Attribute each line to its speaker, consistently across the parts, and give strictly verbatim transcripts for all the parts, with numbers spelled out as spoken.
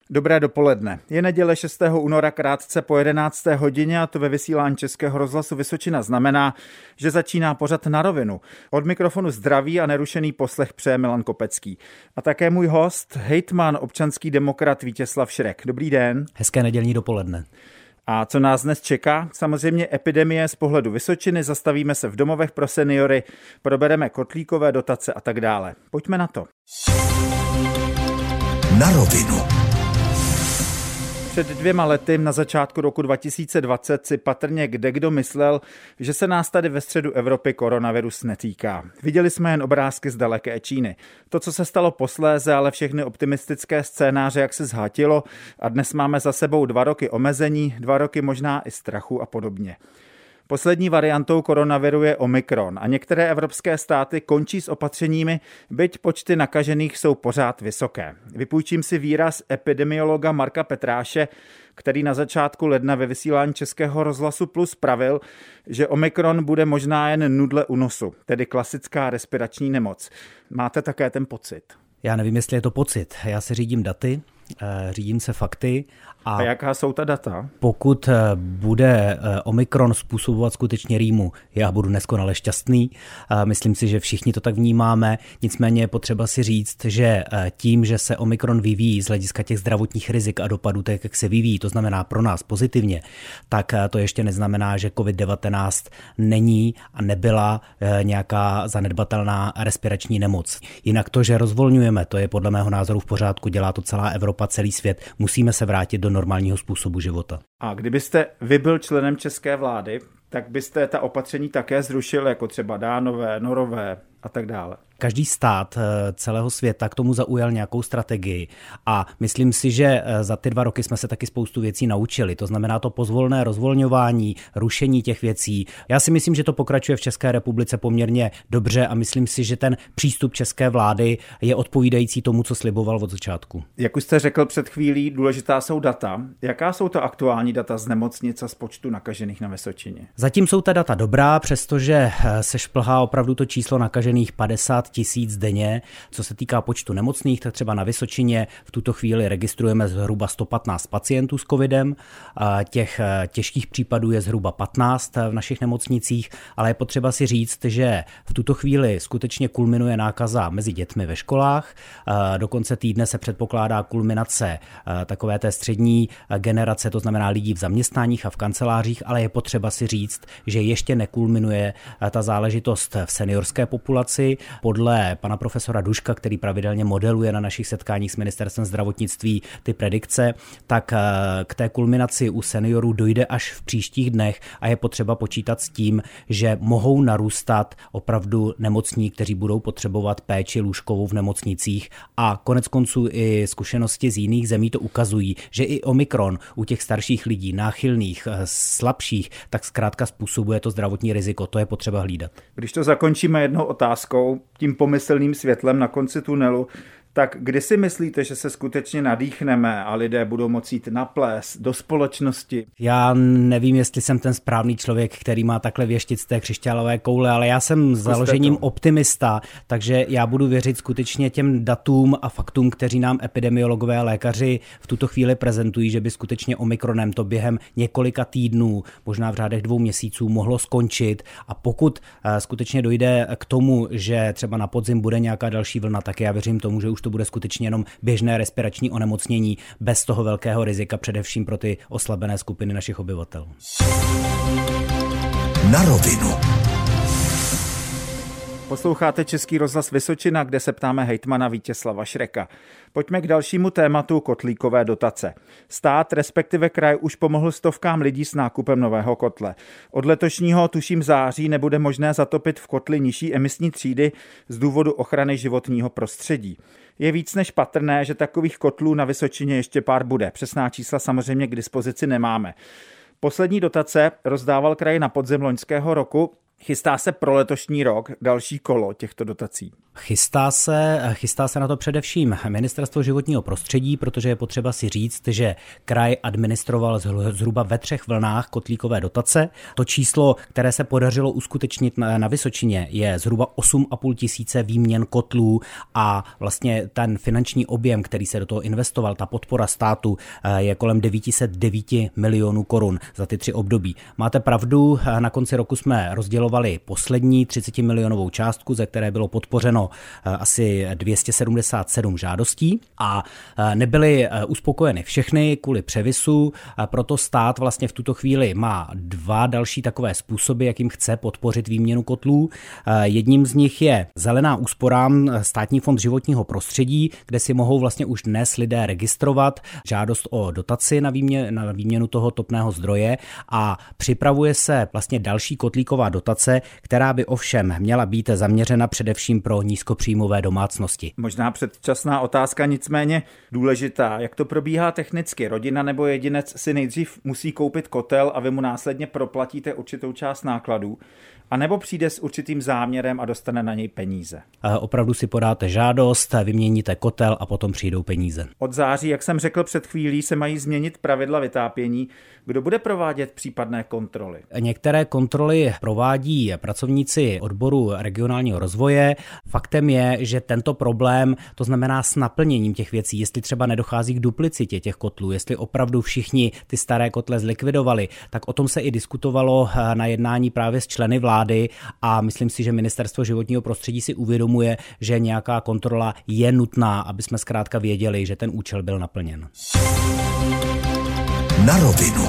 Speaker 1: Dobré dopoledne. Je neděle šestého února krátce po jedenácté hodině a to ve vysílání Českého rozhlasu Vysočina znamená, že začíná pořad Na rovinu. Od mikrofonu zdraví a nerušený poslech přeje Milan Kopecký. A také můj host, hejtman, občanský demokrat Vítězslav Šrek. Dobrý den.
Speaker 2: Hezké nedělní dopoledne.
Speaker 1: A co nás dnes čeká? Samozřejmě epidemie z pohledu Vysočiny, zastavíme se v domovech pro seniory, probereme kotlíkové dotace a tak dále. Pojďme na to.
Speaker 3: Na rovinu.
Speaker 1: Před dvěma lety, na začátku roku dva tisíce dvacet, si patrně kdekdo myslel, že se nás tady ve středu Evropy koronavirus netýká. Viděli jsme jen obrázky z daleké Číny. To, co se stalo posléze, ale všechny optimistické scénáře, jak se zhatilo, a dnes máme za sebou dva roky omezení, dva roky možná i strachu a podobně. Poslední variantou koronaviru je Omikron a některé evropské státy končí s opatřeními, byť počty nakažených jsou pořád vysoké. Vypůjčím si výraz epidemiologa Marka Petráše, který na začátku ledna ve vysílání Českého rozhlasu Plus pravil, že Omikron bude možná jen nudle u nosu, tedy klasická respirační nemoc. Máte také ten pocit?
Speaker 2: Já nevím, jestli je to pocit. Já se řídím daty, řídím se fakty.
Speaker 1: A, a jaká jsou ta data?
Speaker 2: Pokud bude Omikron způsobovat skutečně rýmu, já budu neskonale šťastný. Myslím si, že všichni to tak vnímáme. Nicméně je potřeba si říct, že tím, že se Omikron vyvíjí z hlediska těch zdravotních rizik a dopadů, tak jak se vyvíjí, to znamená pro nás pozitivně, tak to ještě neznamená, že covid devatenáct není a nebyla nějaká zanedbatelná respirační nemoc. Jinak to, že rozvolňujeme, to je podle mého názoru v pořádku, dělá to celá Evropa, celý svět. Musíme se vrátit do normálního způsobu života.
Speaker 1: A kdybyste vy byl členem české vlády, tak byste ta opatření také zrušil, jako třeba Dánové, Norové a tak dále?
Speaker 2: Každý stát celého světa k tomu zaujal nějakou strategii a myslím si, že za ty dva roky jsme se taky spoustu věcí naučili. To znamená to pozvolné rozvolňování, rušení těch věcí. Já si myslím, že to pokračuje v České republice poměrně dobře a myslím si, že ten přístup české vlády je odpovídající tomu, co sliboval od začátku.
Speaker 1: Jak už jste řekl před chvílí, důležitá jsou data. Jaká jsou to aktuální data z nemocnic a z počtu nakažených na Vysočině?
Speaker 2: Zatím jsou ta data dobrá, přestože se šplhá opravdu to číslo nakažených padesát tisíc denně. Co se týká počtu nemocných, tak třeba na Vysočině v tuto chvíli registrujeme zhruba sto patnáct pacientů s covidem. Těch těžkých případů je zhruba patnáct v našich nemocnicích, ale je potřeba si říct, že v tuto chvíli skutečně kulminuje nákaza mezi dětmi ve školách. Do konce týdne se předpokládá kulminace takové té střední generace, to znamená lidí v zaměstnáních a v kancelářích, ale je potřeba si říct, že ještě nekulminuje ta záležitost v seniorské populaci. Podle pana profesora Duška, který pravidelně modeluje na našich setkáních s ministerstvem zdravotnictví ty predikce, tak k té kulminaci u seniorů dojde až v příštích dnech a je potřeba počítat s tím, že mohou narůstat opravdu nemocní, kteří budou potřebovat péči lůžkovou v nemocnicích a konec konců i zkušenosti z jiných zemí to ukazují, že i Omikron u těch starších lidí, náchylných, slabších, tak zkrátka způsobuje to zdravotní riziko. To je potřeba hlídat.
Speaker 1: Když to zakončíme jednou otázkou, tím pomyslným světlem na konci tunelu, tak kdy si myslíte, že se skutečně nadýchneme a lidé budou moci jít na ples, do společnosti?
Speaker 2: Já nevím, jestli jsem ten správný člověk, který má takhle věštit z té křišťálové koule, ale já jsem založením optimista, takže já budu věřit skutečně těm datům a faktům, kteří nám epidemiologové a lékaři v tuto chvíli prezentují, že by skutečně Omikronem to během několika týdnů, možná v řádech dvou měsíců mohlo skončit a pokud skutečně dojde k tomu, že třeba na podzim bude nějaká další vlna, tak já věřím tomu, že už to bude skutečně jenom běžné respirační onemocnění bez toho velkého rizika, především pro ty oslabené skupiny našich obyvatel.
Speaker 3: Na rovinu.
Speaker 1: Posloucháte Český rozhlas Vysočina, kde se ptáme hejtmana Vítězslava Šreka. Pojďme k dalšímu tématu kotlíkové dotace. Stát, respektive kraj, už pomohl stovkám lidí s nákupem nového kotle. Od letošního, tuším září, nebude možné zatopit v kotli nižší emisní třídy z důvodu ochrany životního prostředí. Je víc než patrné, že takových kotlů na Vysočině ještě pár bude. Přesná čísla samozřejmě k dispozici nemáme. Poslední dotace rozdával kraj na podzim loňského roku Chystá se pro letošní rok další kolo těchto dotací?
Speaker 2: Chystá se, chystá se na to především Ministerstvo životního prostředí, protože je potřeba si říct, že kraj administroval zhruba ve třech vlnách kotlíkové dotace. To číslo, které se podařilo uskutečnit na, na Vysočině, je zhruba osm a půl tisíce výměn kotlů a vlastně ten finanční objem, který se do toho investoval, ta podpora státu, je kolem devět set devět milionů korun za ty tři období. Máte pravdu, na konci roku jsme rozdělovali poslední třicet milionovou částku, ze které bylo podpořeno asi dvě stě sedmdesát sedm žádostí a nebyly uspokojeny všechny kvůli převisu, proto stát vlastně v tuto chvíli má dva další takové způsoby, jakým chce podpořit výměnu kotlů. Jedním z nich je zelená úsporám, Státní fond životního prostředí, kde si mohou vlastně už dnes lidé registrovat žádost o dotaci na, výmě, na výměnu toho topného zdroje a připravuje se vlastně další kotlíková dotace, která by ovšem měla být zaměřena především pro nízkopříjmové domácnosti.
Speaker 1: Možná předčasná otázka, nicméně důležitá. Jak to probíhá technicky? Rodina nebo jedinec si nejdřív musí koupit kotel a vy mu následně proplatíte určitou část nákladů, a nebo přijde s určitým záměrem a dostane na něj peníze?
Speaker 2: Opravdu si podáte žádost, vyměníte kotel a potom přijdou peníze.
Speaker 1: Od září, jak jsem řekl před chvílí, se mají změnit pravidla vytápění. Kdo bude provádět případné kontroly?
Speaker 2: Některé kontroly provádí pracovníci odboru regionálního rozvoje. Faktem je, že tento problém, to znamená s naplněním těch věcí, jestli třeba nedochází k duplicitě těch kotlů, jestli opravdu všichni ty staré kotle zlikvidovali, tak o tom se i diskutovalo na jednání právě s členy vlády a myslím si, že Ministerstvo životního prostředí si uvědomuje, že nějaká kontrola je nutná, aby jsme zkrátka věděli, že ten účel byl naplněn.
Speaker 3: Na rovinu.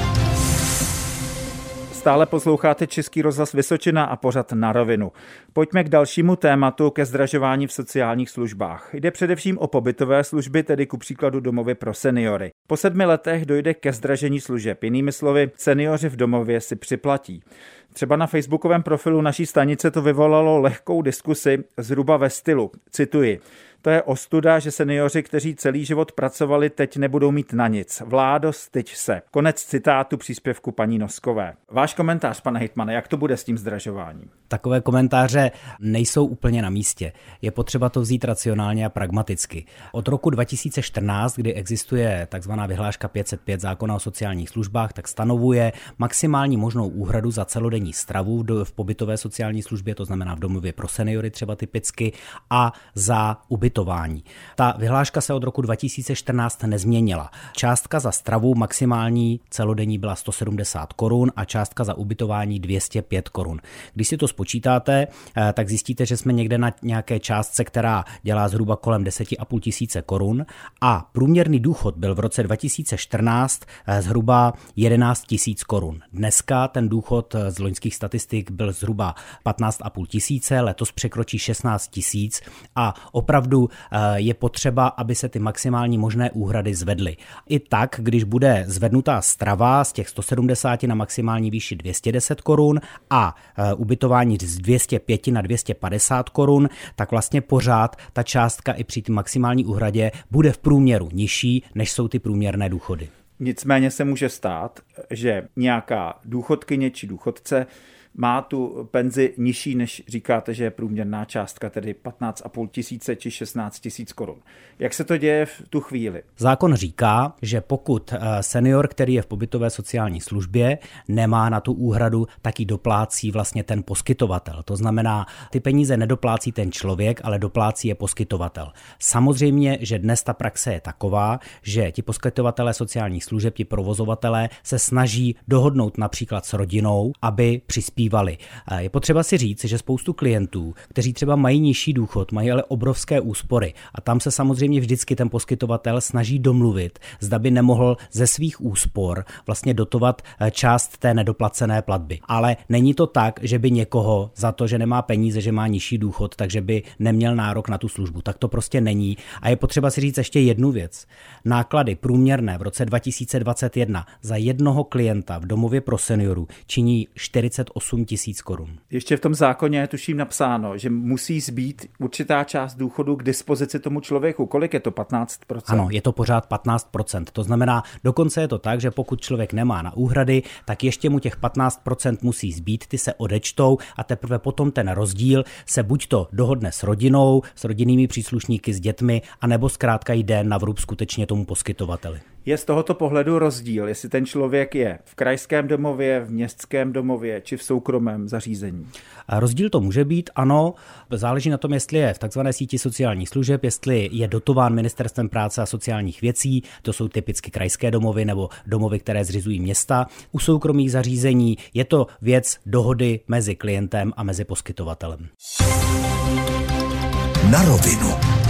Speaker 1: Stále posloucháte Český rozhlas Vysočina a pořad Na rovinu. Pojďme k dalšímu tématu, ke zdražování v sociálních službách. Jde především o pobytové služby, tedy ku příkladu domovy pro seniory. Po sedmi letech dojde ke zdražení služeb. Jinými slovy, seniori v domově si připlatí. Třeba na facebookovém profilu naší stanice to vyvolalo lehkou diskusi zhruba ve stylu, cituji: to je ostuda, že seniori, kteří celý život pracovali, teď nebudou mít na nic. Vládo, styď se. Konec citátu příspěvku paní Noskové. Váš komentář, pane hejtmane, jak to bude s tím zdražováním?
Speaker 2: Takové komentáře nejsou úplně na místě. Je potřeba to vzít racionálně a pragmaticky. Od roku dva tisíce čtrnáct, kdy existuje takzvaná vyhláška pět set pět zákona o sociálních službách, tak stanovuje maximální možnou úhradu za celodenní stravu v pobytové sociální službě, to znamená v domově pro seniory třeba typicky, a za ubytování. Ta vyhláška se od roku dva tisíce čtrnáct nezměnila. Částka za stravu maximální celodenní byla sto sedmdesát korun a částka za ubytování dvě stě pět korun. Když si to spočítáte, tak zjistíte, že jsme někde na nějaké částce, která dělá zhruba kolem deset a půl tisíce korun a průměrný důchod byl v roce dva tisíce čtrnáct zhruba jedenáct tisíc korun. Dneska ten důchod z loňských statistik byl zhruba patnáct a půl tisíce, letos překročí šestnáct tisíc a opravdu je potřeba, aby se ty maximální možné úhrady zvedly. I tak, když bude zvednutá strava z těch sto sedmdesát na maximální výši dvě stě deset korun a ubytování z dvě stě pět na dvě stě padesát korun, tak vlastně pořád ta částka i při té maximální úhradě bude v průměru nižší, než jsou ty průměrné důchody.
Speaker 1: Nicméně se může stát, že nějaká důchodkyně či důchodce má tu penzi nižší, než říkáte, že je průměrná částka, tedy patnáct a půl tisíce či šestnáct tisíc korun. Jak se to děje v tu chvíli?
Speaker 2: Zákon říká, že pokud senior, který je v pobytové sociální službě, nemá na tu úhradu, tak ji doplácí vlastně ten poskytovatel. To znamená, ty peníze nedoplácí ten člověk, ale doplácí je poskytovatel. Samozřejmě, že dnes ta praxe je taková, že ti poskytovatelé sociálních služeb, ti provozovatelé se snaží dohodnout například s rodinou, aby přispívali. Je potřeba si říct, že spoustu klientů, kteří třeba mají nižší důchod, mají ale obrovské úspory a tam se samozřejmě vždycky ten poskytovatel snaží domluvit, zda by nemohl ze svých úspor vlastně dotovat část té nedoplacené platby. Ale není to tak, že by někoho za to, že nemá peníze, že má nižší důchod, takže by neměl nárok na tu službu. Tak to prostě není. A je potřeba si říct ještě jednu věc. Náklady průměrné v roce dva tisíce dvacet jedna za jednoho klienta v domově pro seniorů činí čtyřicet osm osm tisíc korun.
Speaker 1: Ještě v tom zákoně je tuším napsáno, že musí zbýt určitá část důchodu k dispozici tomu člověku. Kolik je to? patnáct procent?
Speaker 2: Ano, je to pořád patnáct procent. To znamená, dokonce je to tak, že pokud člověk nemá na úhrady, tak ještě mu těch patnáct procent musí zbýt, ty se odečtou a teprve potom ten rozdíl se buď to dohodne s rodinou, s rodinnými příslušníky, s dětmi, anebo zkrátka jde na vrub skutečně tomu poskytovateli.
Speaker 1: Je z tohoto pohledu rozdíl, jestli ten člověk je v krajském domově, v městském domově či v soukromém zařízení?
Speaker 2: A rozdíl to může být, ano, záleží na tom, jestli je v takzvané síti sociálních služeb, jestli je dotován Ministerstvem práce a sociálních věcí, to jsou typicky krajské domovy nebo domovy, které zřizují města. U soukromých zařízení je to věc dohody mezi klientem a mezi poskytovatelem.
Speaker 1: Na rovinu.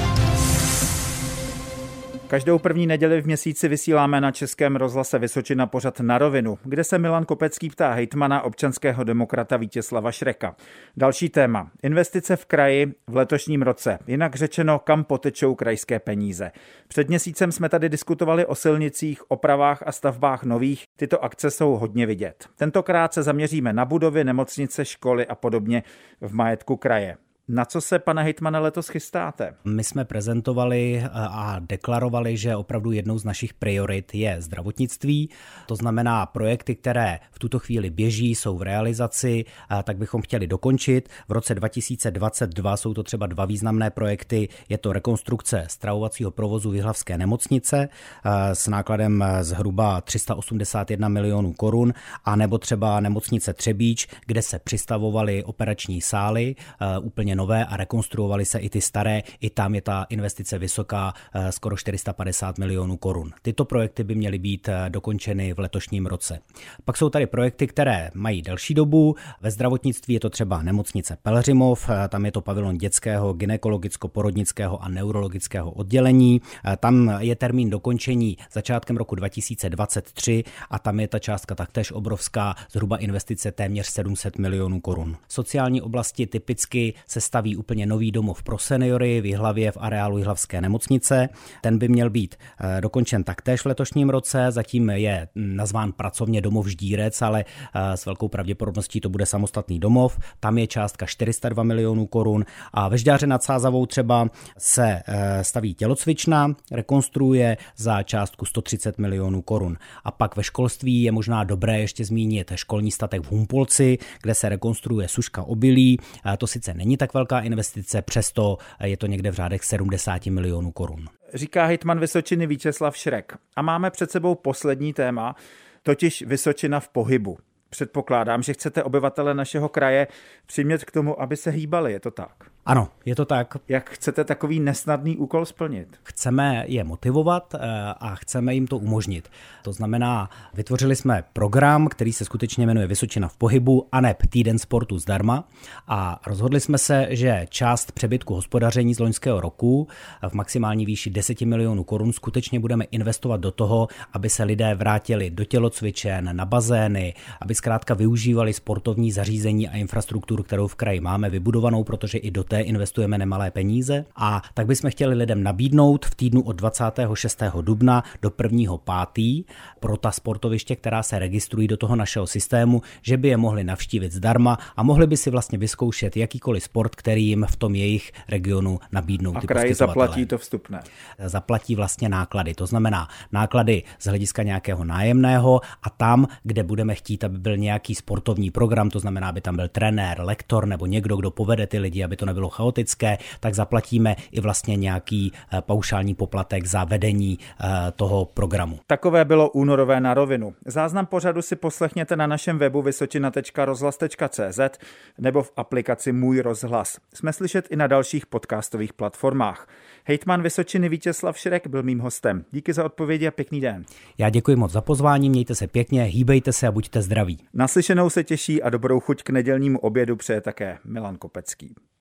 Speaker 1: Každou první neděli v měsíci vysíláme na Českém rozhlase Vysočina pořad Na rovinu, kde se Milan Kopecký ptá hejtmana občanského demokrata Vítězslava Šreka. Další téma. Investice v kraji v letošním roce. Jinak řečeno, kam potečou krajské peníze. Před měsícem jsme tady diskutovali o silnicích, opravách a stavbách nových. Tyto akce jsou hodně vidět. Tentokrát se zaměříme na budovy, nemocnice, školy a podobně v majetku kraje. Na co se, pane hejtmane, letos chystáte?
Speaker 2: My jsme prezentovali a deklarovali, že opravdu jednou z našich priorit je zdravotnictví. To znamená projekty, které v tuto chvíli běží, jsou v realizaci, tak bychom chtěli dokončit. V roce dva tisíce dvacet dva jsou to třeba dva významné projekty. Je to rekonstrukce stravovacího provozu v Jihlavské nemocnice s nákladem zhruba tři sta osmdesát jedna milionů korun, a nebo třeba nemocnice Třebíč, kde se přistavovaly operační sály úplně nové a rekonstruovaly se i ty staré. I tam je ta investice vysoká, skoro čtyři sta padesát milionů korun. Tyto projekty by měly být dokončeny v letošním roce. Pak jsou tady projekty, které mají delší dobu. Ve zdravotnictví je to třeba nemocnice Pelhřimov, tam je to pavilon dětského, gynekologicko-porodnického a neurologického oddělení. Tam je termín dokončení začátkem roku dva tisíce dvacet tři a tam je ta částka taktéž obrovská, zhruba investice téměř sedm set milionů korun. V sociální oblasti typicky se staví úplně nový domov pro seniory v Jihlavě v areálu Jihlavské nemocnice. Ten by měl být dokončen taktéž v letošním roce, zatím je nazván pracovně domov Ždírec, ale s velkou pravděpodobností to bude samostatný domov. Tam je částka čtyři sta dva milionů korun a ve Žďáře nad Sázavou třeba se staví tělocvična, rekonstruuje za částku sto třicet milionů korun. A pak ve školství je možná dobré ještě zmínit školní statek v Humpolci, kde se rekonstruuje suška obilí. To sice není tak velká investice, přesto je to někde v řádech sedmdesát milionů korun.
Speaker 1: Říká hejtman Vysočiny Vítězslav Šrek. A máme před sebou poslední téma, totiž Vysočina v pohybu. Předpokládám, že chcete obyvatele našeho kraje přimět k tomu, aby se hýbali, je to tak?
Speaker 2: Ano, je to tak.
Speaker 1: Jak chcete takový nesnadný úkol splnit?
Speaker 2: Chceme je motivovat a chceme jim to umožnit. To znamená, vytvořili jsme program, který se skutečně jmenuje Vysočina v pohybu, aneb Týden sportu zdarma, a rozhodli jsme se, že část přebytku hospodaření z loňského roku v maximální výši deset milionů korun skutečně budeme investovat do toho, aby se lidé vrátili do tělocvičen, na bazény, aby zkrátka využívali sportovní zařízení a infrastrukturu, kterou v kraji máme vybudovanou, protože i do té investujeme nemalé peníze. A tak bychom chtěli lidem nabídnout v týdnu od dvacátého šestého dubna do prvního pátého pro ta sportoviště, která se registrují do toho našeho systému, že by je mohli navštívit zdarma a mohli by si vlastně vyzkoušet jakýkoliv sport, který jim v tom jejich regionu nabídnou.
Speaker 1: A kraj zaplatí to vstupné.
Speaker 2: Zaplatí vlastně náklady, to znamená náklady z hlediska nějakého nájemného a tam, kde budeme chtít, aby byl nějaký sportovní program, to znamená, aby tam byl trenér, lektor nebo někdo, kdo povede ty lidi, aby to nebylo chaotické, tak zaplatíme i vlastně nějaký paušální poplatek za vedení toho programu.
Speaker 1: Takové bylo únorové Na rovinu. Záznam pořadu si poslechněte na našem webu vysočina tečka rozhlas tečka cé zet nebo v aplikaci Můj rozhlas. Jsme slyšet i na dalších podcastových platformách. Hejtman Vysočiny Vítězslav Šrek byl mým hostem. Díky za odpovědi a pěkný den.
Speaker 2: Já děkuji moc za pozvání, mějte se pěkně, hýbejte se a buďte zdraví.
Speaker 1: Naslyšenou se těší a dobrou chuť k nedělnímu obědu přeje také Milan Kopecký.